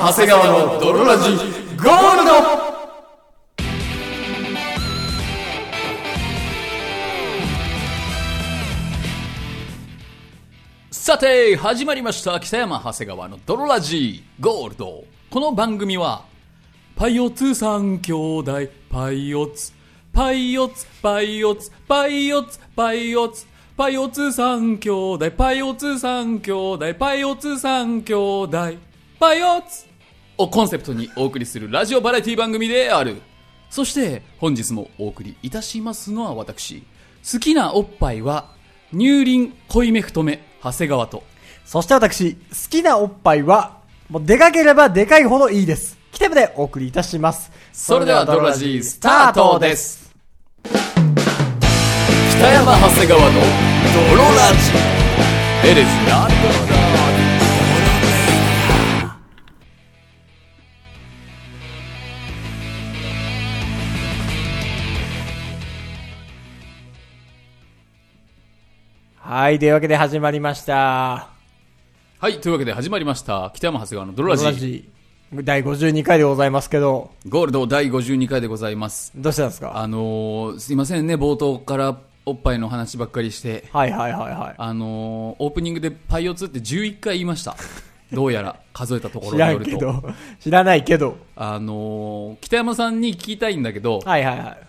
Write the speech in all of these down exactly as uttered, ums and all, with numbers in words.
長谷川の泥ラジゴールド。さて始まりました、北山長谷川の泥ラジゴールド。この番組はパイオツ三兄弟、パイオツパイオツパイオツパイオツパイオツパイオツ三兄弟、パイオツ三兄弟、パイオツ三兄弟、パイオツをコンセプトにお送りするラジオバラエティ番組である。そして本日もお送りいたしますのは私、好きなおっぱいは乳輪濃いめ太め長谷川と、 そして私、好きなおっぱいはもうでかければでかいほどいいです。北山でお送りいたします。 それではドロラジースタートです。北山長谷川のドロラジ It is not good。 はい、というわけで始まりました。 はい、というわけで始まりました。北山長谷川のドロラジ。 ドロラジだいごじゅうにかいでございますけど。 ゴールドだいごじゅうにかいでございます。 どうしたんですか？ あのー、すいませんね、冒頭からおっぱいの話ばっかりして。 はいはいはいはい。 あのー、オープニングでパイオツってじゅういっかい言いました。どうやら数えたところによると。 知らんけど。知らないけど。 あのー、北山さんに聞きたいんだけど。はいはいはい。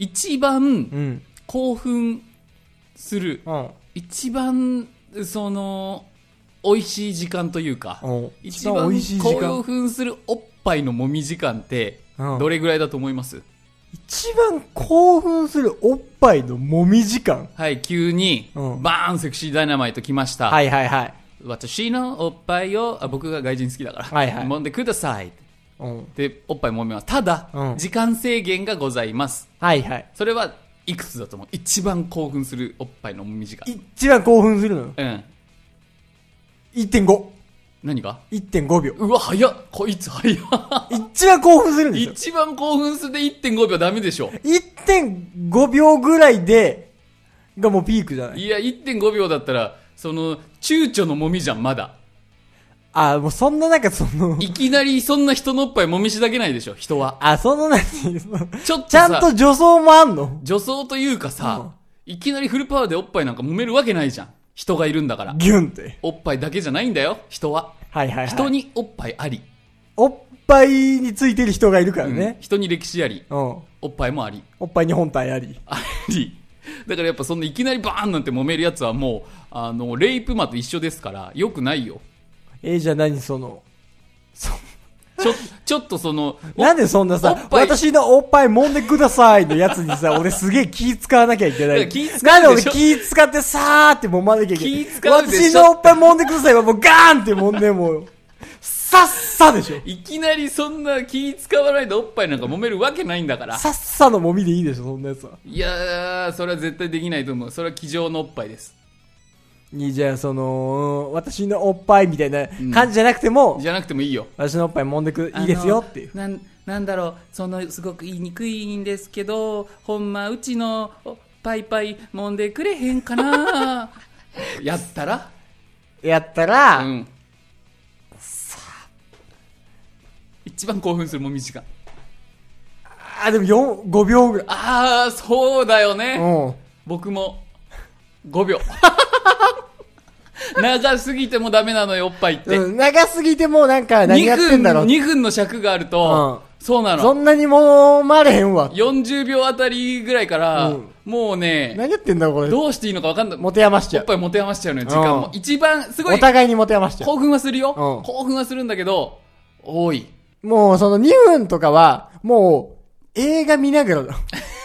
一番興奮する。うん。一番その美味しい時間というか、一番興奮するおっぱいの揉み時間ってどれぐらいだと思います？ 一番興奮するおっぱいの揉み時間。 はい、急に、うん、バーンセクシーダイナマイト来ました。 はいはいはい。 私のおっぱいを、あ、僕が外人好きだから、はいはい、揉んでください、うん、でおっぱい揉みます。ただ、うん、時間制限がございます。はいはい。それはいくつだと思う？一番興奮するおっぱいの揉み時間。 一番興奮するの？うん。いってんご。 何が？ いってんご 秒。 うわ、早っ。こいつ早っ。 一番興奮するんですよ。 一番興奮するで いってんご 秒ダメでしょ。 いってんご 秒ぐらいで、がもうピークじゃない？ いや、いってんご 秒だったら、その、躊躇の揉みじゃん、まだ。 あ、もうそんななんかそのいきなりそんな人のおっぱい揉みしだけないでしょ、人は。 あ、その何ちょっとちゃんと女装もあんの？ 女装というかさ、うん、いきなりフルパワーでおっぱいなんか揉めるわけないじゃん。人がいるんだから。 ギュンって。 おっぱいだけじゃないんだよ、人は。はいはいはい。人におっぱいあり。 おっぱいについてる人がいるからね。 うん、人に歴史あり。うん。おっぱいもあり。 おっぱいに本体あり。 あり。だからやっぱそんないきなりバーンなんて揉めるやつはもう、あの、レイプマと一緒ですから、良くないよ。 えー、じゃあ何その、そちょ、ちょっとその、 なんでそんなさ、私のおっぱい揉んでくださいのやつにさ、俺すげえ気使わなきゃいけない。気使なんで俺気使ってさーって揉まなきゃいけない。気使うでしょ。私のおっぱい揉んでくださいはもうガーンって揉んでもう、さっさでしょ。 いきなりそんな気使わないでおっぱいなんか揉めるわけないんだから。 さっさの揉みでいいでしょ、そんなやつは。 いやー、それは絶対できないと思う。それは机上のおっぱいです。 いいじゃあその私のおっぱいみたいな感じじゃなくても、 うん、じゃなくてもいいよ。 私のおっぱい揉んでくいいですよっていう。 なん、なんだろう、そのすごく言いにくいんですけど、ほんまうちのパイパイ揉んでくれへんかな。やったらやったら、うん、 さあ一番興奮する揉み時間。 あ、でもよん、ごびょうぐらい。 ああ、そうだよね。うん。僕もごびょう。長すぎてもダメなのよ、おっぱいって。 うん、長すぎてもなんか何やってんだろう。 にふんの尺があると、うん、そうなの。 そんなにもまれへんわ。 よんじゅうびょうあたりぐらいから、うん、もうね、 何やってんだろう、これ。 どうしていいのか分かんない。 持て余しちゃう。 おっぱい持て余しちゃうのよ、時間も。うん、一番、すごい。 お互いに持て余しちゃう。 興奮はするよ。うん、興奮はするんだけど、多い。 もうそのにふんとかは、もう、映画見ながらだ。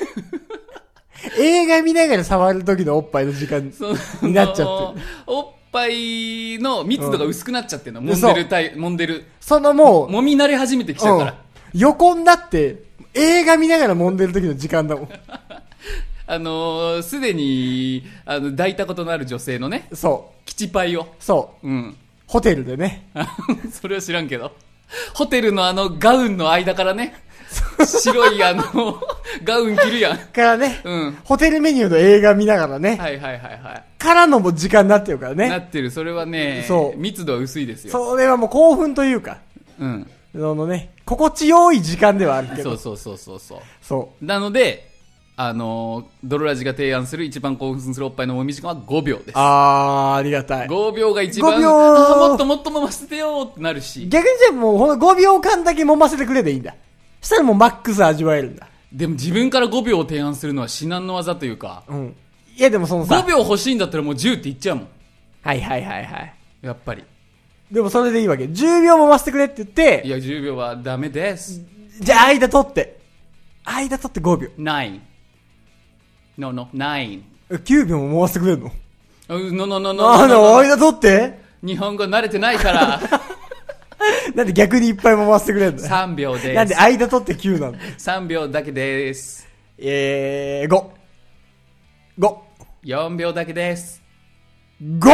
映画見ながら触る時のおっぱいの時間になっちゃってる。 おっぱいの密度が薄くなっちゃってるの。うん、揉んでるタイ、揉んでる。 そのもう、 揉み慣れ始めてきちゃうから。うん、 横になって、映画見ながら揉んでる時の時間だもん。 あのー、すでに、あの、抱いたことのある女性のね。 そう。 キチパイを。 そう。うん。ホテルでね。 それは知らんけど。ホテルのあのガウンの間からね。白いあの、ガウン着るやん。 からね、うん。ホテルメニューの映画見ながらね。 はいはいはいはい。 からのも時間になってるからね。 なってる。それはね、そう。密度は薄いですよ。 それはもう興奮というか。 うん。 そのね、心地よい時間ではあるけど。 そうそうそうそう。 そう。 なので、あのー、ドロラジが提案する一番興奮するおっぱいの揉み時間はごびょうです。 あー、ありがたい。 ごびょうが一番、 ごびょうあーもっともっと揉ませてよってなるし。 逆にじゃあもうほんとごびょうかんだけ揉ませてくれでいいんだ。したらもうマックス味わえるんだ。 でも自分からごびょうを提案するのは至難の技というか。 うん。いやでもそのさ。 ごびょう欲しいんだったらもうじゅうって言っちゃうもん。 はいはいはいはい。 やっぱり。でもそれでいいわけ。じゅうびょう揉ませてくれって言って。 いやじゅうびょうはダメです。 じゃあ間取って。間取ってごびょう。 nine。No, no, nine。 きゅうびょうも揉ませてくれるの？ No, no, no, no, あの、間取って日本語慣れてないから。 なんで逆にいっぱい揉ませてくれるの？ さんびょうです。 なんで間取ってきゅうなの？ さんびょうだけです。 えー、ご。ご。 よんびょうだけです。 ご！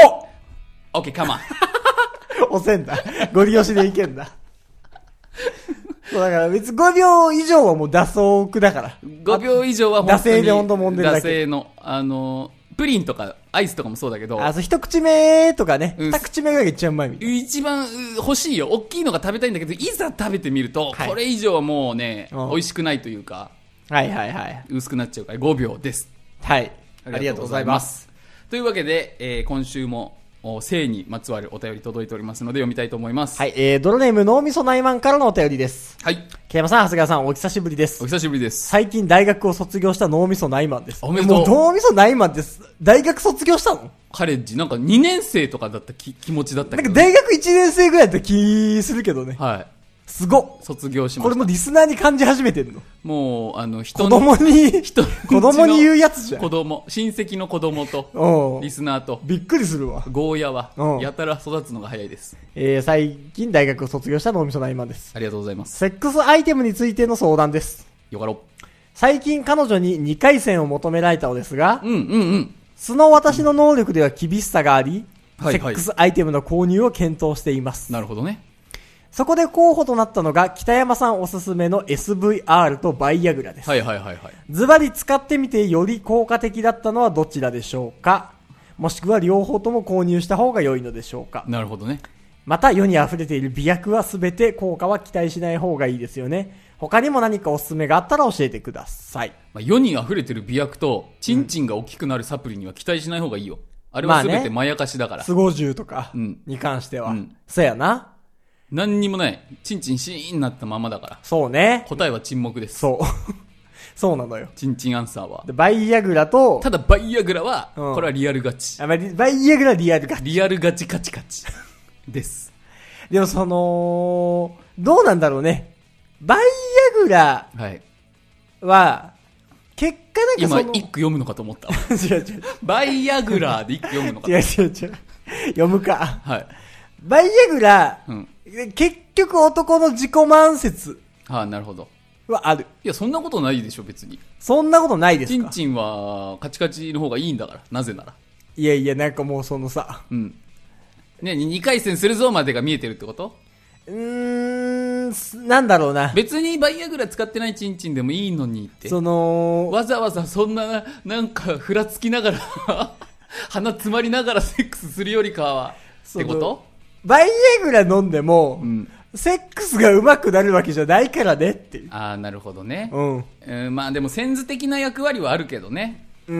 OK, come on。 押せんだ。ゴリ押しでいけんだ。そうだから別にごびょう以上はもう打足だから。 ごびょう以上は本当に。 惰性で本当揉んでるだけ。 惰性の、あの、プリンとかアイスとかもそうだけど。 あ、そう、一口目とかね。うん、二口目が一番うまいみたいな。 一番欲しいよ。大きいのが食べたいんだけど、いざ食べてみると、はい、これ以上はもうね、美味しくないというか。 はいはいはい。 薄くなっちゃうからごびょうです。 はい。ありがとうございます。 というわけで、えー、今週も、性にまつわるお便り届いておりますので読みたいと思います。 はい、えー、ドロネーム脳みそナイマンからのお便りです。 はい。 木山さん、長谷川さん、お久しぶりです。 お久しぶりです。 最近大学を卒業した脳みそナイマンです。 おめでとう。 もう脳みそナイマンです。大学卒業したの？ カレッジ、なんかにねん生とかだったき気持ちだったけど、ね。 なんか大学いちねん生ぐらいだった気するけどね。 はい。 すごっ。 卒業しました。 これもリスナーに感じ始めてるの。 もう、あの、人の。子供に、 人子供に言うやつじゃん。 子供、親戚の子供と、リスナーと。 びっくりするわ。 ゴーヤは、やたら育つのが早いです。 えー、最近大学を卒業した脳みそナイマンです。 ありがとうございます。 セックスアイテムについての相談です。 よかろ。 最近彼女ににかい戦を求められたのですが、 うんうんうん。 素の私の能力では厳しさがあり、 はいはい、 セックスアイテムの購入を検討しています。 なるほどね。 そこで候補となったのが北山さんおすすめの エスブイアール とバイアグラです。 はいはいはいはい。 ズバリ使ってみてより効果的だったのはどちらでしょうか？もしくは両方とも購入した方が良いのでしょうか？ なるほどね。 また世に溢れている美薬はすべて効果は期待しない方がいいですよね。他にも何かおすすめがあったら教えてください。 まあ、世に溢れている美薬とチンチンが大きくなるサプリには期待しない方がいいよ。あれはすべてまやかしだから。 スゴジュウとかに関しては。うん、そうやな。 何にもない。チンチンシーンになったままだから。 そうね。 答えは沈黙です。 そう。そうなのよ。 チンチンアンサーは。 でバイアグラと、 ただバイアグラは、うん、これはリアルガチ。 あ、まあ、バイアグラはリアルガチ。 リアルガチカチカチ。です。 でもその、どうなんだろうね。バイアグラは、結果なんかその今一句読むのかと思った。 違う違う。 バイアグラで一句読むのか。 違う違う違う。読むか。 はい。 バイアグラ、うん、結局男の自己満説。 はあ、なるほど。 はある。 いや、そんなことないでしょ、別に。 そんなことないですか？ チンチンは、カチカチの方がいいんだから。なぜなら。 いやいや、なんかもうそのさ。 うん。ね、にかい戦するぞまでが見えてるってこと？ うーん、なんだろうな。 別にバイアグラ使ってないチンチンでもいいのにって。 その、 わざわざそんな、なんか、ふらつきながら、鼻詰まりながらセックスするよりかは、ってこと？ バイアグラ飲んでも、 うん、 セックスが上手くなるわけじゃないからねっていう。 ああ、なるほどね。 うん。 えー、まあでも、センズ的な役割はあるけどね。 うん、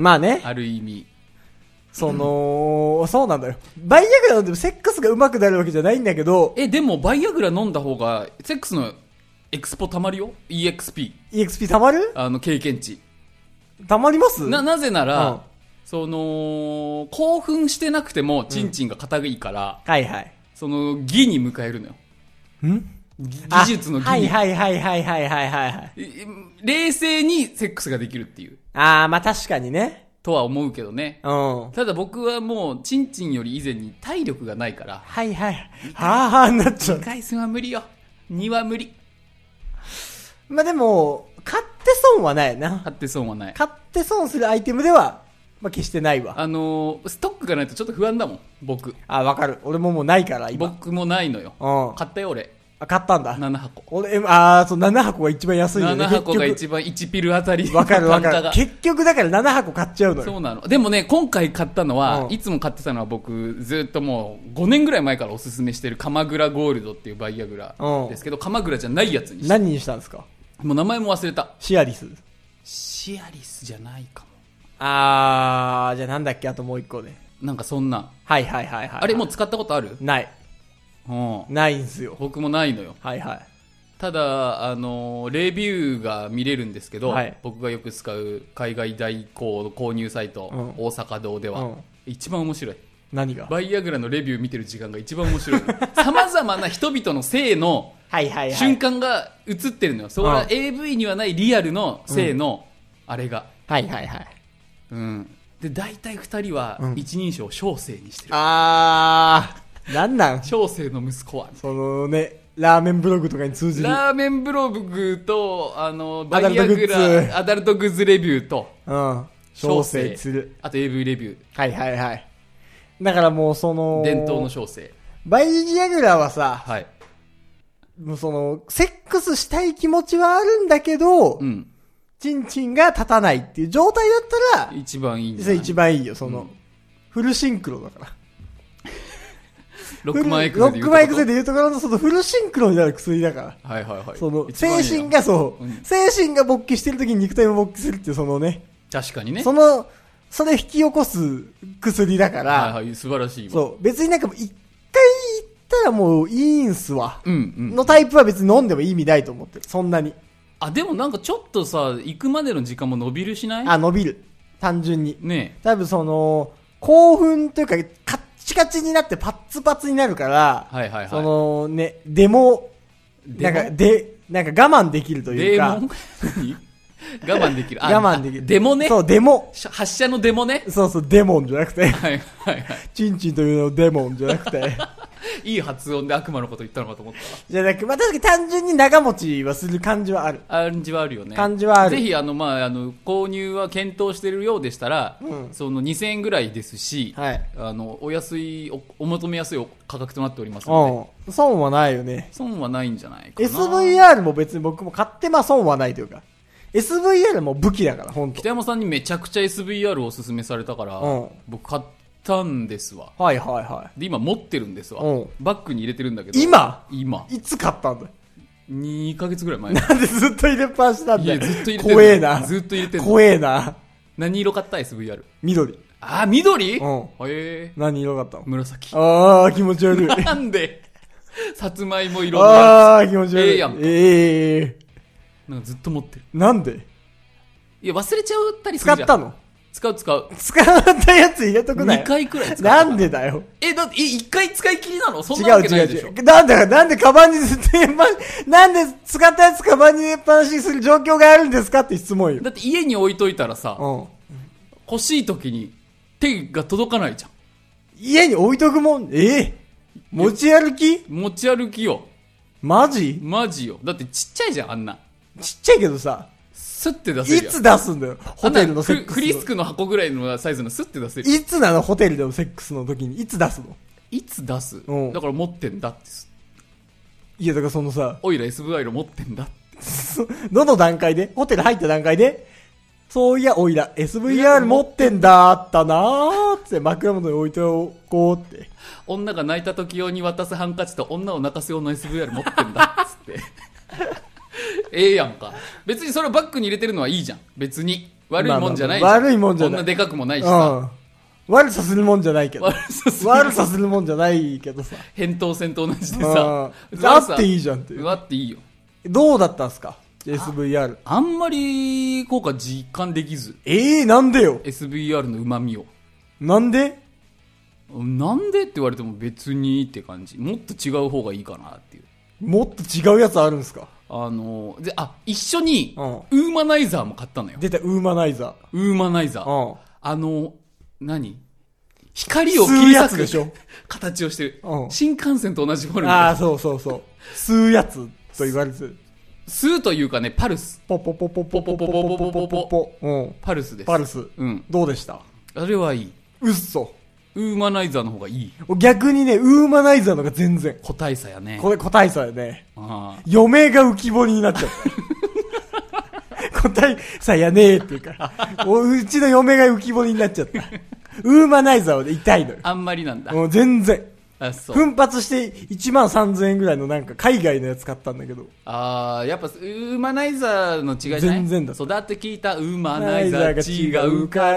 まあね。 ある意味。 その、うん、そうなんだよ。バイアグラ飲んでもセックスが上手くなるわけじゃないんだけど。 え、でも、バイアグラ飲んだ方が、セックスのエクスポ溜まるよ ?イーエックスピー。 イーエックスピー 溜まる？ あの、経験値。 溜まります？ な、なぜなら、うん、その、興奮してなくても、チンチンが硬いから、 うん、はいはい。 その、技に迎えるのよ。 ん？ 技術の技に。 はいはいはいはいはいはいはい。 冷静にセックスができるっていう。 ああ、まあ確かにね。 とは思うけどね。 うん。 ただ僕はもう、チンチンより以前に体力がないから。 はいはい。はぁはぁになっちゃう。 にかい戦は無理よ。には無理。 まあでも、買って損はないな。 買って損はない。 買って損するアイテムでは、まあ決してないわ。 あのー、ストックがないとちょっと不安だもん、僕。 あ、わかる。俺ももうないから、今。 僕もないのよ。 うん。 買ったよ、俺。 あ、買ったんだ。 ななはこ。 俺、あー、そう、ななはこが一番安いよね。 ななはこが一番いちピルあたり。 わかるわかる。結局だからななはこ買っちゃうのよ。 そうなの。でもね、今回買ったのは、 うん、 いつも買ってたのは僕、ずっともうごねんぐらい前からおすすめしてる鎌倉ゴールドっていうバイアグラですけど、鎌倉じゃないやつにした。 何にしたんですか？ もう名前も忘れた。 シアリス。 シアリスじゃないかも。 あー、じゃあなんだっけ、あともう一個で。 なんかそんな。 はいはいはいはい。 あれもう使ったことある？ ない。 うん。 ないんすよ。 僕もないのよ。 はいはい。 ただ、あの、レビューが見れるんですけど、はい、僕がよく使う海外代行購入サイト、うん、大阪堂では、うん、一番面白い。 何が？ バイアグラのレビュー見てる時間が一番面白い。様々な人々の性の瞬間が映ってるのよ。それは エーブイ にはないリアルの性のあれが。 うん、はいはいはい。 うん。で、大体二人は一人称を小生にしてる。 うん、あー、なんなん小生の息子は。 そのね、ラーメンブログとかに通じる。 ラーメンブログと、あの、バイアグラ、アダルトグッズレビューと、 うん。小生する。 あと エーブイ レビュー。 はいはいはい。だからもうその、 伝統の小生。 バイアグラはさ、 はい。 もうその、セックスしたい気持ちはあるんだけど、うん。チンチンが立たないっていう状態だったら、 一番いいんじゃない？ 一番いいよ、その、うん、フルシンクロだから。 ロックマンエクゼで言うところ。 ロックマンエクゼで言うところのそのフルシンクロになる薬だから。 はいはいはい。 その、精神がそう、うん、精神が勃起してる時に肉体も勃起するっていうそのね。 確かにね。 その、それ引き起こす薬だから。 はいはい、素晴らしいわ。 そう。別になんかもう一回言ったらもういいんすわ。 うんうん。 のタイプは別に飲んでも意味ないと思ってる。そんなに。 あ、でもなんかちょっとさ、行くまでの時間も伸びるしない？ あ、伸びる。単純に。 ねえ。 多分その、興奮というか、カッチカチになってパッツパツになるから、 はいはいはい。 そのね、デモ、なんか、で、なんか我慢できるというか。 デモ我慢できる。 我慢できる。 デモね。 そう、デモ。 発射のデモね。 そうそう、デモンじゃなくて。 はいはいはい。 チンチンというのをデモンじゃなくて。 いい発音で悪魔のこと言ったのかと思ったわ。 じゃなく、まあ、確かに単純に長持ちはする感じはある。 感じはあるよね。 感じはある。 ぜひ、あの、まあ、あの、購入は検討しているようでしたら、うん、そのにせんえんぐらいですし、はい、あの、お安いお、お求めやすい価格となっておりますので。 うん。損はないよね。 損はないんじゃないかな。 エスブイアール も別に僕も買ってまあ損はないというか。エスブイアール も武器だから、ほんと。 北山さんにめちゃくちゃ エスブイアール をおすすめされたから、うん、僕買ったんですわ。 はいはいはい。 で、今持ってるんですわ。 うん、 バッグに入れてるんだけど。 今今。 いつ買ったんだ？ にかげつぐらい前。 なんでずっと入れっぱなしなんだよ。 いや、ずっと入れてる。 怖えな。 ずっと入れてる。 怖えな。 何色買った エスブイアール？ 緑。 あ、緑？うん。へえ。何色買ったの？ 紫。 あー、気持ち悪い。 なんでさつまいも色のやつ。あー、気持ち悪い。 ええやんか。 ええー。なんかずっと持ってる。 なんで？ いや、忘れちゃったりするじゃん。 使ったの？ 使う使う。 使ったやつ入れとくなよ。 にかいくらい使った。 なんでだよ。 え、だって、え、いっかい使い切りなの？そんなわけないでしょ。違う違う違う。 なんだなんでカバンにずっと入れっぱなし、なんで使ったやつカバンに入れっぱなしにする状況があるんですかって質問よ。 だって家に置いといたらさ、うん、欲しい時に手が届かないじゃん。 家に置いとくもん？ええ持ち歩き？ 持ち歩きよ。 マジ？ マジよ。だってちっちゃいじゃん、あんな。 ちっちゃいけどさ。 スッて出せるやん。 いつ出すんだよ。ホテルのセックスの。 フリスクの箱ぐらいのサイズのスッて出せる。 いつなのホテルでのセックスの時に。いつ出すの？ いつ出す？ うん。 だから持ってんだって。 いや、だからそのさ。 おいら エスブイアール 持ってんだって。 どの段階で？ホテル入った段階で？そういや、おいら エスブイアール 持ってんだったなーって枕元に置いておこうって。 女が泣いた時用に渡すハンカチと女を泣かす用の エスブイアール 持ってんだっつって。ええやんか。別にそれをバッグに入れてるのはいいじゃん。別に。悪いもんじゃないじゃん。 まあまあ、悪いもんじゃない。 こんなでかくもないしさ。 うん、悪さするもんじゃないけど。 悪さする。 悪さするもんじゃないけどさ。 扁桃腺と同じでさ。 あっていいじゃんっていう。 あっていいよ。 どうだったんすか エスブイアール。 あ, あんまり効果実感できず。 ええー、なんでよ。 エスブイアール の旨味を。 なんでなんでって言われても別にって感じ。もっと違う方がいいかなっていう。 もっと違うやつあるんすか？ あのであ一緒にウーマナイザーも買ったのよ。 出たウーマナイザー。 ウーマナイザー。 うん、 あの何光を切り裂くでしょ形をしてる、 うん。 新幹線と同じフォルム。 ああそうそうそう。吸うやつと言われてる。 吸うというかねパルス。 ポポポポポポポポポポポポポ。うん。 パルスです。 パルス。 うん。 どうでした？ あれはいい。 うっそ。 ウーマナイザーの方がいい。 逆にね、ウーマナイザーの方が全然。 個体差やね。 これ個体差やね。 ああ。 嫁が浮き彫りになっちゃった。個体差やねえっていうか、うちの嫁が浮き彫りになっちゃった。ウーマナイザーは痛いのよ。 あんまりなんだ。 もう全然。 あ、そう。 奮発していちまんさんぜんえんぐらいのなんか海外のやつ買ったんだけど。 ああ、やっぱウーマナイザーの違いじゃない？ 全然だ。 育って聞いたウーマナイザー違うから、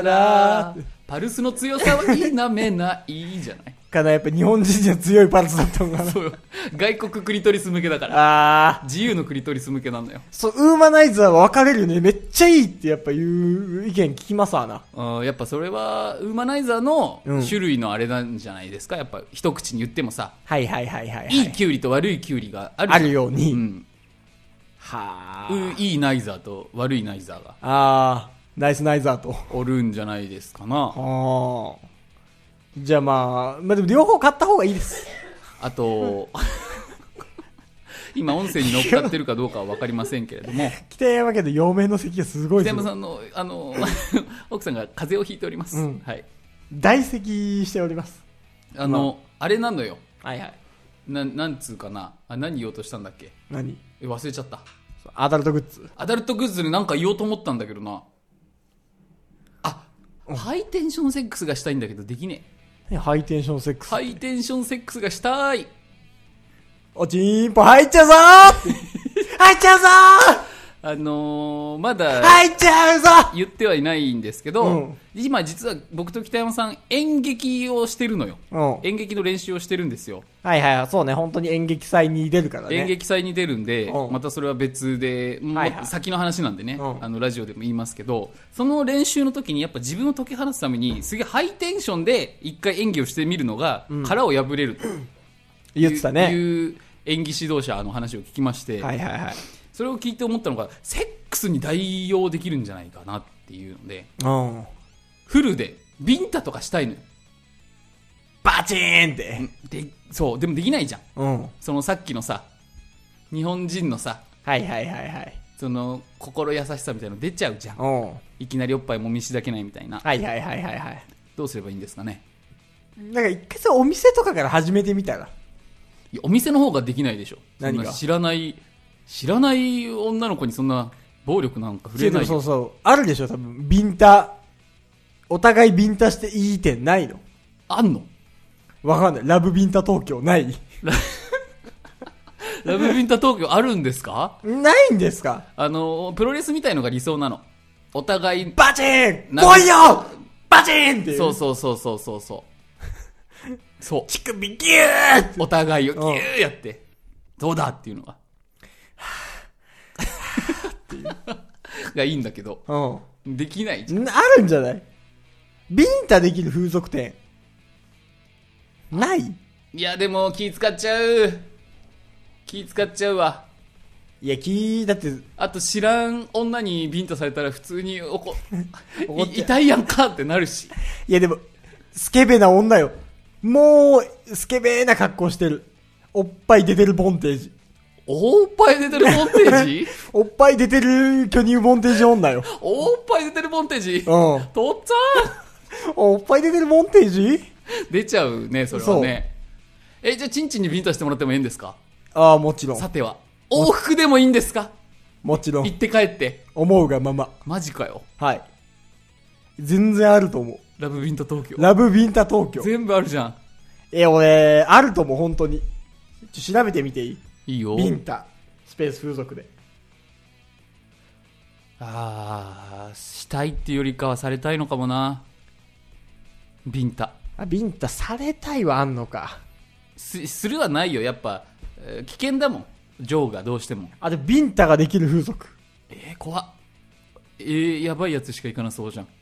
パルスの強さは否めないじゃないかな、やっぱ日本人じゃ強いパルスだったのかな。 そうよ。外国クリトリス向けだから。 ああ。 自由のクリトリス向けなんだよ。 そう、ウーマナイザーは分かれるよね。めっちゃいいってやっぱ言う意見聞きますわな。 あ、やっぱそれは、ウーマナイザーのうん種類のあれなんじゃないですか。やっぱ一口に言ってもさ、 はいはいはいはい、はい。 いいキュウリと悪いキュウリがあるじゃん。 あるように。 うん。 はういいナイザーと悪いナイザーがああ、ナイスナイザーと。 おるんじゃないですかな。 ああ。じゃあまあ、まあでも両方買った方がいいです。 あと、今音声に乗っかってるかどうかは分かりませんけれども、 北山家の嫁の席がすごいですよ。 北山さんの、あの、奥さんが風邪をひいております。 うんはい。 在籍しております。 あの、あれなのよ。 はいはい。 な、なんつうかな。あ、何言おうとしたんだっけ？ 何？ え、忘れちゃった。 アダルトグッズ。 アダルトグッズでなんか言おうと思ったんだけどな。あ、ハイテンションセックスがしたいんだけどできねえ。ハイテンションセックス。 ハイテンションセックスがしたい。 おちーんぽ入っちゃうぞー入っちゃうぞあのー、まだ、 ー入っちゃうぞ言ってはいないんですけど、 うん、 今実は僕と北山さん演劇をしてるのよ、 うん、 演劇の練習をしてるんですよ。 はいはい、そうね、本当に演劇祭に出るからね。 演劇祭に出るんで、 うん、 またそれは別で、 はいはい、 先の話なんでね、 うん、 あのラジオでも言いますけど、その練習の時にやっぱ自分を解き放つためにすげえハイテンションで一回演技をしてみるのが、うん、殻を破れると言ってたね。 いう演技指導者の話を聞きまして、 はいはいはい、 それを聞いて思ったのが、セックスに代用できるんじゃないかなっていうので、 うん、 フルでビンタとかしたいのよ。 バチーンってで、そうでもできないじゃん、 うん、 そのさっきのさ日本人のさ、 はいはいはいはい、 その心優しさみたいなの出ちゃうじゃん、 うん、 いきなりおっぱいもみしだけないみたいな。 はいはいはいはいはい。 どうすればいいんですかね。 なんか一回さ、お店とかから始めてみたら。 いや、お店の方ができないでしょ。 何が？ 知らない知らない女の子にそんな暴力なんか触れないよ。 そうそう、あるでしょ多分。ビンタ、お互いビンタしていい点ないの？ あんの？ わかんない。ラブビンタ東京ない？ ラブビンタ東京あるんですか？ ないんですか？ あのプロレスみたいのが理想なの。お互いバチーン来いよバチーンっていう。 そうそうそうそうそうそうそう乳首ギューってお互いをギューやって、どうだっていうのがっていうがいいんだけど、うん、できないじゃん。 あるんじゃない？ビンタできる風俗店ない？ いやでも気使っちゃう気使っちゃうわ。 いや気だって、 あと知らん女にビンタされたら普通におこ痛いやんかってなるし。 いやでもスケベな女よ。もうスケベな格好してる。おっぱい出てるボンテージ。 おっぱい出てるボンテージおっぱい出てる巨乳ボンテージ女よ。 おっぱい出てるボンテージ、うん、とっつぁんおっぱい出てるボンテージ出ちゃうね、それはね。え、じゃあチンチンにビンタしてもらってもいいんですか？ ああ、もちろん。 さては往復でもいいんですか？ もちろん。 行って帰って思うがまま。 マジかよ。 はい。全然あると思う。 ラブビンタ東京。 ラブビンタ東京。 全部あるじゃん。 え、俺、あると思う、本当に。ちょ調べてみていい？ いいよ。 ビンタ。スペース風俗で。 あー、したいっていうよりかはされたいのかもな。ビンタ。 あ、ビンタされたいはあんのか。 す、するはないよ。やっぱ、えー危険だもん。ジョーがどうしても。 あ、で、ビンタができる風俗。 えー、怖っ。えー、やばいやつしか行かなそうじゃん。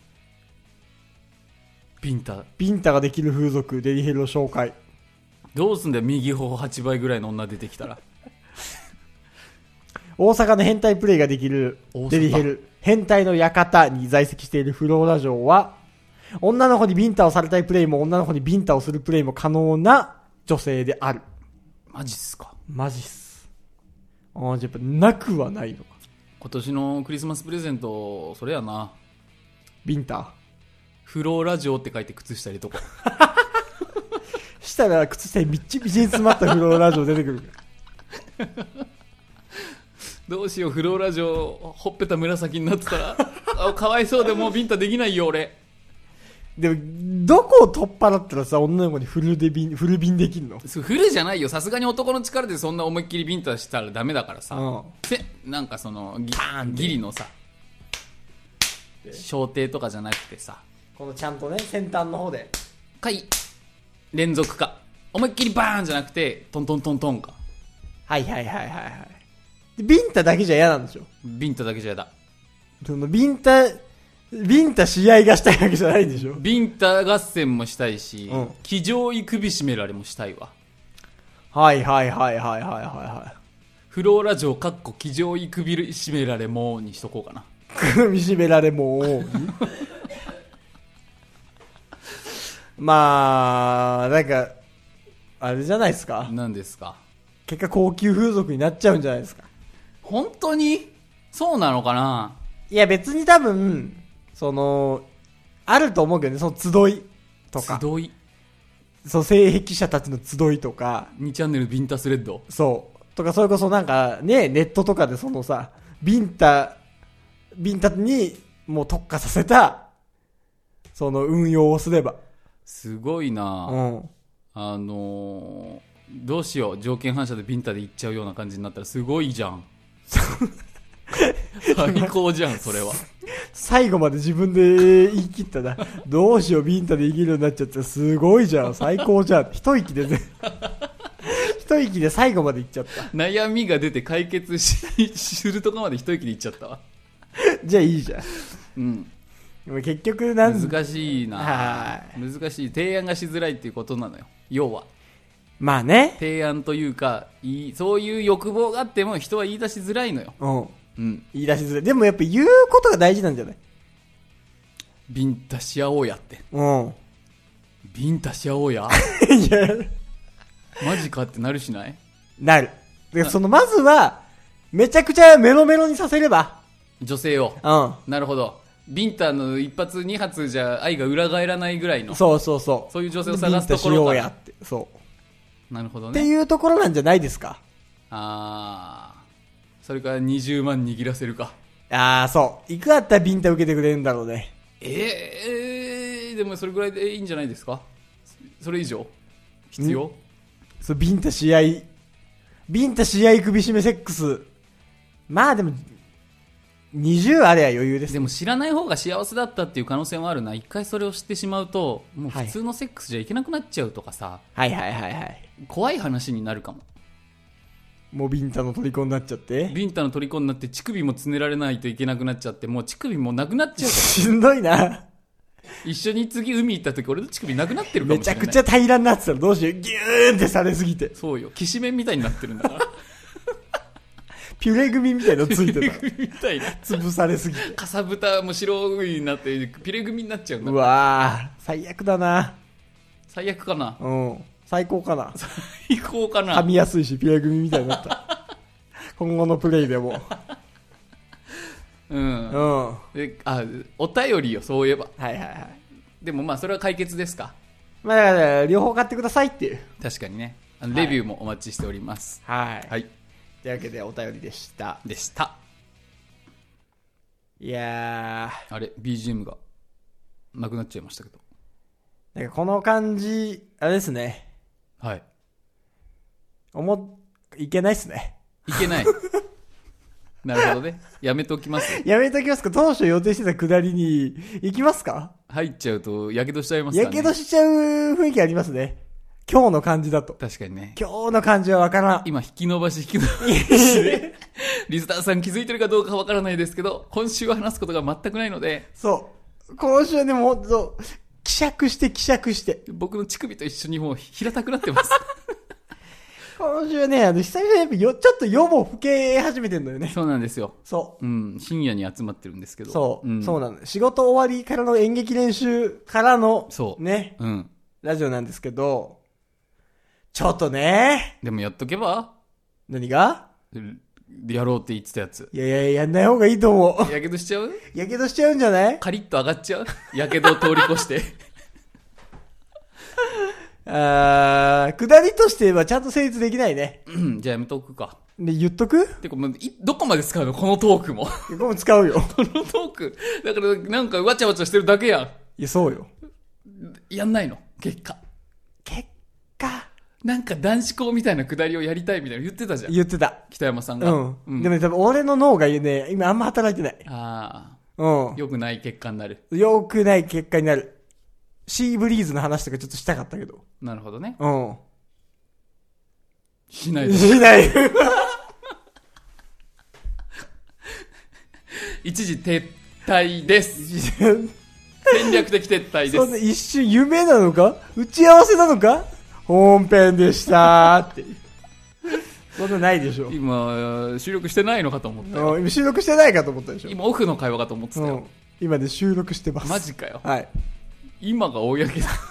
ビンタ。 ビンタができる風俗、デリヘルを紹介。 どうすんだよ、右頬はちばいぐらいの女出てきたら。 大阪の変態プレイができるデリヘル、変態の館に在籍しているフローラ嬢は、女の子にビンタをされたいプレイも女の子にビンタをするプレイも可能な女性である。 マジっすか？ マジっす。ああ、じゃあやっぱなくはないのか。 今年のクリスマスプレゼント、それやな。 ビンタ。 フローラジオって書いて靴下入れとこしたら靴下にビッチビチに詰まったフローラジオ出てくるどうしよう、フローラジオほっぺた紫になってたらあかわいそうでもうビンタできないよ俺。 でもどこを取っ払ったらさ女の子にフルでビンフルビンできんの？ フルじゃないよ、さすがに男の力でそんな思いっきりビンタしたらダメだからさ、 うん、 せなんかそのギギリのさ小艇とかじゃなくてさ、 このちゃんとね先端の方でかい連続か思いっきりバーンじゃなくてトントントントンか。 はいはいはいはいはいビンタだけじゃ嫌なんでしょ？ ビンタだけじゃ嫌だ。 そのビンタビンタ試合がしたいわけじゃないんでしょ？ ビンタ合戦もしたいし、 うん、 騎乗位首絞められもしたいわ。 はいはいはいはいはいはいはい。 フローラ城かっこ騎乗位首絞められもにしとこうかな。 首絞められもまあなんかあれじゃないですか。 何ですか？ 結果高級風俗になっちゃうんじゃないですか。 本当にそうなのかな？ いや別に多分そのあると思うけどね、その集いとか集い、 そう性癖者たちの集いとかにチャンネルビンタスレッドそうとか、それこそなんかねネットとかでそのさビンタビンタにもう特化させたその運用をすればすごいな、 うん、 あのー、どうしよう、条件反射でビンタでいっちゃうような感じになったらすごいじゃん最高じゃんそれは。 最後まで自分で言い切ったなどうしようビンタで生きるようになっちゃってすごいじゃん最高じゃん一息でね一息で最後までいっちゃった。 悩みが出て解決しするとこまで一息でいっちゃったわじゃあいいじゃん。 うんでも結局なん難しいな。 はい難しい、提案がしづらいっていうことなのよ要は。 まあね、 提案というかいいそういう欲望があっても人は言い出しづらいのよ。 うんうん、 言い出しづらい。でもやっぱ言うことが大事なんじゃない？ ビンタし合おうやって。 うんビンタし合おうやいやマジかってなるしない？ なる。でそのまずはめちゃくちゃメロメロにさせれば女性を。 うんなるほど。ビンタの一発二発じゃ愛が裏返らないぐらいの、 そうそうそうそういう女性を探すところから。 ビンタしようやってそうなるほどねっていうところなんじゃないですか。 ああそれからにじゅうまん握らせるか。 ああそういくらあったらビンタ受けてくれるんだろうね。 えー、でもそれぐらいでいいんじゃないですか。それ以上必要？ そうビンタ試合ビンタ試合首絞めセックスまあでもにじゅうあれは余裕です、ね、 でも知らない方が幸せだったっていう可能性もあるな。一回それを知ってしまうともう普通のセックスじゃいけなくなっちゃうとかさ、 はい、はいはいはいはい怖い話になるかも。 もうビンタの虜になっちゃってビンタの虜になって乳首もつねられないといけなくなっちゃってもう乳首もなくなっちゃうしんどいな。 一緒に次海行った時俺の乳首なくなってるかもしれない。 めちゃくちゃ平らになってたらどうしよう。ギューンってされすぎて。 そうよ、きしめんみたいになってるんだからピュレグミみたいなのついてた。 ピュレグミみたいな潰されすぎてかさぶたも白いになってピュレグミになっちゃうんだ。 うわー最悪だな。 最悪かな。 うん最高かな。 最高かな。 噛みやすいしピュレグミみたいになった今後のプレイでもうん、 うん、 であお便りよそういえば。 はいはいはい。 でもまあそれは解決ですか。 まあだから両方買ってくださいっていう。 確かにね。あのレビューもお待ちしております。 はい、 はい、 というわけでお便りでしたでした。 いやーあれ ビージーエム がなくなっちゃいましたけど、 なんかこの感じあれですね。 はいおもいけないっすね。 いけないなるほどね。やめておきます。 やめておきますか。当初予定してたくだりに行きますか。 入っちゃうとやけどしちゃいますからね。 やけどしちゃう雰囲気ありますね今日の感じだと。 確かにね。 今日の感じはわからん。 今引き伸ばし引き伸ばしでリスナーさん気づいてるかどうかわからないですけど今週は話すことが全くないので。 そう今週はねもうほんと希釈して希釈して僕の乳首と一緒にもう平たくなってます今週はねあの久々にやっぱよちょっと夜も更け始めてんのよね。 そうなんですよ。 そう、 うん、深夜に集まってるんですけど。 そう、 うん、 そうなの。仕事終わりからの演劇練習からのそうね、 うん、 ラジオなんですけどちょっとね。 でもやっとけば。 何がやろうって言ってたやつ。 いやいや、やんない方がいいと思う。 やけどしちゃう？ やけどしちゃうんじゃない？ カリッと上がっちゃう？やけどを通り越して。 あー、下りとしてはちゃんと成立できないね。 うん、じゃあやめとくか。 で、言っとく？ てかもうい、どこまで使うのこのトークも。 これも使うよ。 このトーク。だからなんかわちゃわちゃしてるだけやん。 いや、そうよ。 やんないの結果。 結果。 なんか男子校みたいな下りをやりたいみたいな言ってたじゃん。 言ってた。 北山さんが。 うん。 うん、 でもね、多分俺の脳が言うね、今あんま働いてない。 ああ。うん。 良くない結果になる。 良くない結果になる。シーブリーズの話とかちょっとしたかったけど。 なるほどね。 うん。 しないで。 しない。 一時撤退です。戦略的撤退です。 そんな一瞬夢なのか打ち合わせなのか本編でしたーって。そんなないでしょ。 今、収録してないのかと思ったよ。 今収録してないかと思ったでしょ。 今オフの会話かと思ってたよ。 うん、今で収録してます。 マジかよ。 はい。 今が公だ。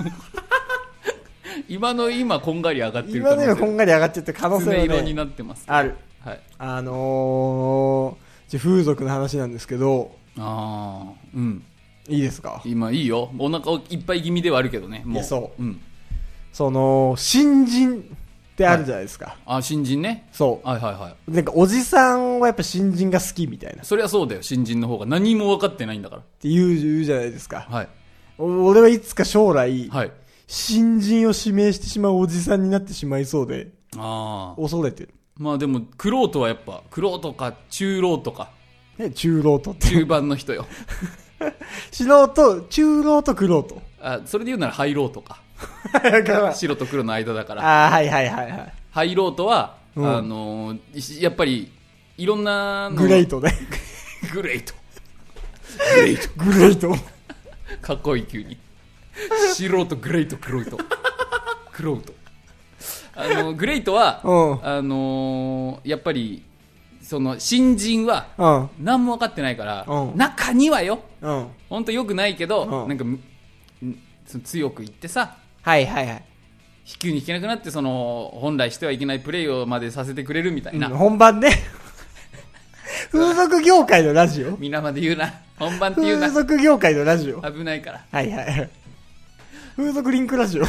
今の今こんがり上がってる今の今こんがり上がっちゃって可能性はね。 色になってます、ね。 ある。 はい。 あのー、じゃ風俗の話なんですけど。 ああ、うん。 いいですか？ 今いいよ。お腹いっぱい気味ではあるけどね。もう。 そう。 うん。 その、新人ってあるじゃないですか。はい、 あ、新人ね。 そう。 はいはいはい。 なんかおじさんはやっぱ新人が好きみたいな。 そりゃそうだよ。新人の方が何も分かってないんだから。 って言う、言うじゃないですか。 はい。 俺はいつか将来、 はい。 新人を指名してしまうおじさんになってしまいそうで。 ああ。 恐れてる。 まあでも、クロートはやっぱ、クロートか中ロートか。 ね、中ロートって。 中盤の人よ。 素人、中ロート、クロート。 あ、それで言うならハイロートか。白と黒の間だから。 ああ、はいはいはいはい。 ハイロートは、 うん、 あのー、やっぱり、いろんなの。 グレイトね。 グレイト。グレイト。 グレイト。 かっこいい急に。白とグレイト、黒いと。クロート。あの、グレイトは、 うん、 あのー、やっぱり、その、新人は、何も分かってないから、 うん、 中にはよ、 うん、 ほんと良くないけど、 うん、 なんか、その強く言ってさ、 はいはいはい。 引きに引けなくなって、その、本来してはいけないプレイをまでさせてくれるみたいな。 うん、本番ね。風俗業界のラジオ皆まで言うな。本番って言うな。 風俗業界のラジオ危ないから。 はいはい。風俗リンクラジオ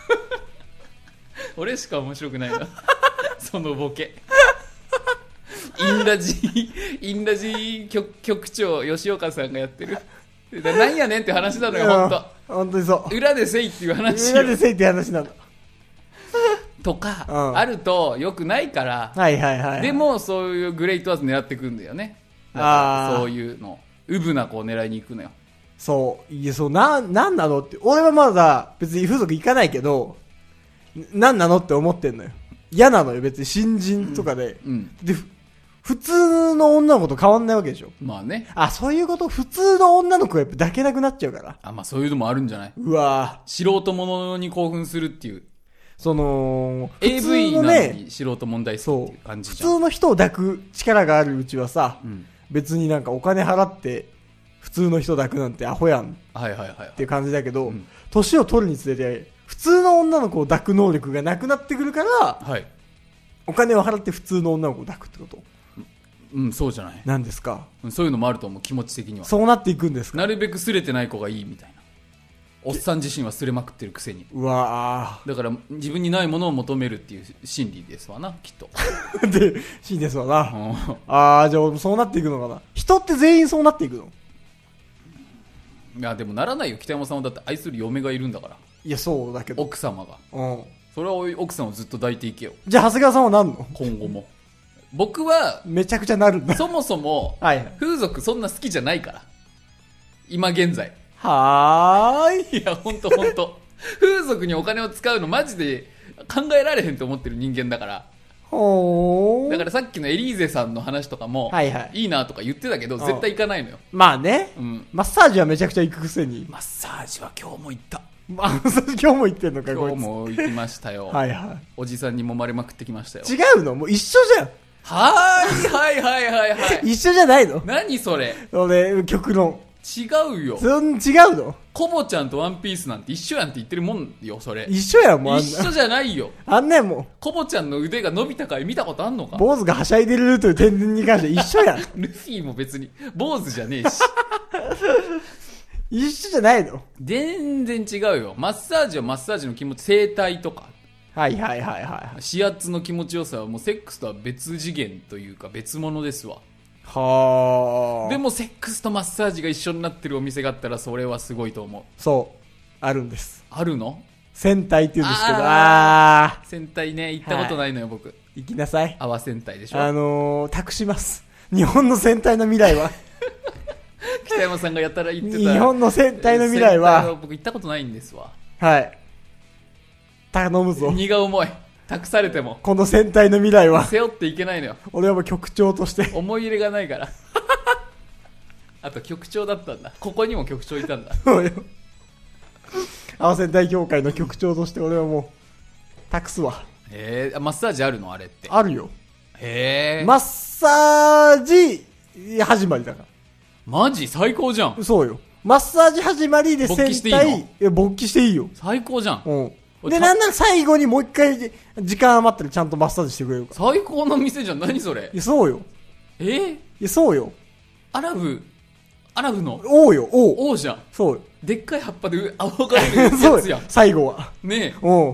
俺しか面白くないな。そのボケ。インラジ、インラジ 局, 局長、吉岡さんがやってる。なんやねんって話なのよ、ほんと。 ほんとにそう。 裏でせいっていう話。 裏でせいっていう話なの。 とか、 うん、 あると良くないから、 はいはいはい、はい、 でもそういうグレイトは狙ってくんだよね。だからそういうのウブな子を狙いに行くのよ。 そういやそうななんなのって俺はまだ別に風俗行かないけどなんなのって思ってんのよ。嫌なのよ別に新人とかで、 うんうん、 で普通の女の子と変わんないわけでしょ。 まあね。 あそういうこと普通の女の子がやっぱ抱けなくなっちゃうから。 あまあそういうのもあるんじゃない。 うわ素人ものに興奮するっていう。 その、 エーブイ なのに素人問題そうっていう感じじゃん。 普通の人を抱く力があるうちはさ、 うん、 別になんかお金払って普通の人抱くなんてアホやんっていう感じだけど、年を取るにつれて普通の女の子を抱く能力がなくなってくるから、 はい、 お金を払って普通の女の子を抱くってこと。 うん、そうじゃない。 なんですか。 そういうのもあると思う、気持ち的には。 そうなっていくんですか。 なるべくすれてない子がいいみたいな。おっさん自身はすれまくってるくせに。 うわだから自分にないものを求めるっていう心理ですわな、きっと。 で、心理ですわな。ああ、じゃあそうなっていくのかな。人って全員そうなっていくの。 いやでもならないよ。北山さんはだって愛する嫁がいるんだから。 いやそうだけど奥様が。 うん。 それは奥さんをずっと抱いていけよ。 じゃあ長谷川さんはなんの？ 今後も。僕はめちゃくちゃなるんだ。 そもそも風俗そんな好きじゃないから。今現在。 はーい。 いやほんとほんと。風俗にお金を使うのマジで考えられへんと思ってる人間だから。 ほー。 だからさっきのエリーゼさんの話とかも、はいはい、いいなとか言ってたけど絶対行かないのよ。 まあね、 うん、 マッサージはめちゃくちゃ行くくせに。 マッサージは今日も行った。 マッサージ今日も行ってんのか。 今日も行きましたよ。 はいはい。 おじさんに揉まれまくってきましたよ。 違うの？もう一緒じゃん。 はーいはいはいはいはい。 一緒じゃないの？ 何それ。 俺極論違うよ。 そん、違うの？ コボちゃんとワンピースなんて一緒やんって言ってるもんよ、それ。 一緒やん、もうあんな。 一緒じゃないよ。 あんなんもう。 コボちゃんの腕が伸びた回見たことあんのか？ 坊主がはしゃいでるという点に関して一緒やん。 ルフィも別に坊主じゃねえし。 一緒じゃないの？ 全然違うよ。マッサージはマッサージの気持ち、整体とか。 はいはいはいはい。 指圧の気持ちよさはもうセックスとは別次元というか別物ですわ。 はあ。 でもセックスとマッサージが一緒になってるお店があったらそれはすごいと思う。 そう。あるんです。 あるの？ 戦隊って言うんですけど、あー。 戦隊ね、行ったことないのよ、はい、僕。 行きなさい。 泡わ戦隊でしょ。 あのー、託します。日本の戦隊の未来は。 北山さんがやったら言ってた。 日本の戦隊の未来は。 僕行ったことないんですわ。 はい。頼むぞ。 荷が重い。託されてもこの戦隊の未来は背負っていけないのよ。 俺はもう局長として思い入れがないからあと局長だったんだ。ここにも局長いたんだ。 そうよ。泡戦隊協会の局長として俺はもう託すわ。 へえ、マッサージあるのあれって。 あるよ。 へえ。 マッサージ始まりだから。 マジ最高じゃん。 そうよ。マッサージ始まりで戦隊。 勃起していいの？いや、勃起していいよ。 最高じゃん。 うん。で、なんなら最後にもう一回、時間余ったらちゃんとマッサージしてくれるから。 最高の店じゃん。何それ。 いや、そうよ。 えー、 いや、そうよ。 アラブ、アラブの王よ、王。 王じゃん。 そうよ。 でっかい葉っぱで仰がれるやつやん。 そうよ。最後は。 ねえ。うん。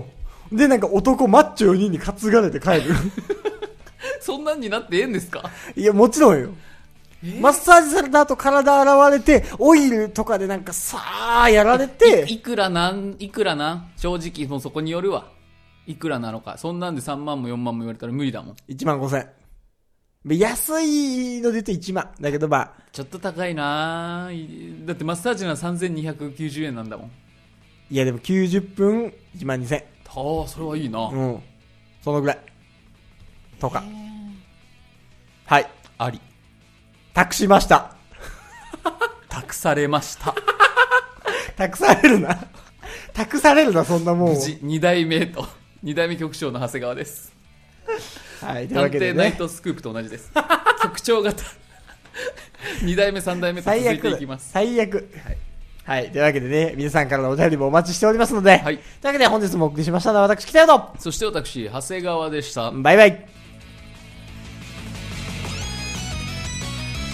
で、なんか男マッチョよにんに担がれて帰る。 そんなんになってええんですか？ いや、もちろんよ。えー、マッサージされた後体洗われて、オイルとかでなんかさーやられて。 い, いくらなん、いくらなん正直もうそこによるわ。いくらなのか。そんなんでさんまんもよんまんも言われたら無理だもん。 いちまんごせん。安いので言うといちまん。だけどまあ。 ちょっと高いなだってマッサージならさんぜんにひゃくきゅうじゅうえんなんだもん。 いやでもきゅうじゅっぷんいちまんにせん。 ああ、それはいいな。 うん。そのぐらい。とか。はい。 あり。 託しました。 託されました。 託されるな。託されるな、そんなもん。 無事、二代目と、二代目局長の長谷川です。 はい、というわけでね。 探偵ナイトスクープと同じです。局長型。二代目、三代目と続いていきます。 最悪。はい。はい。というわけでね、皆さんからのお便りもお待ちしておりますので。 はい。というわけで本日もお送りしましたのは私、北野と。 そして私、長谷川でした。 バイバイ。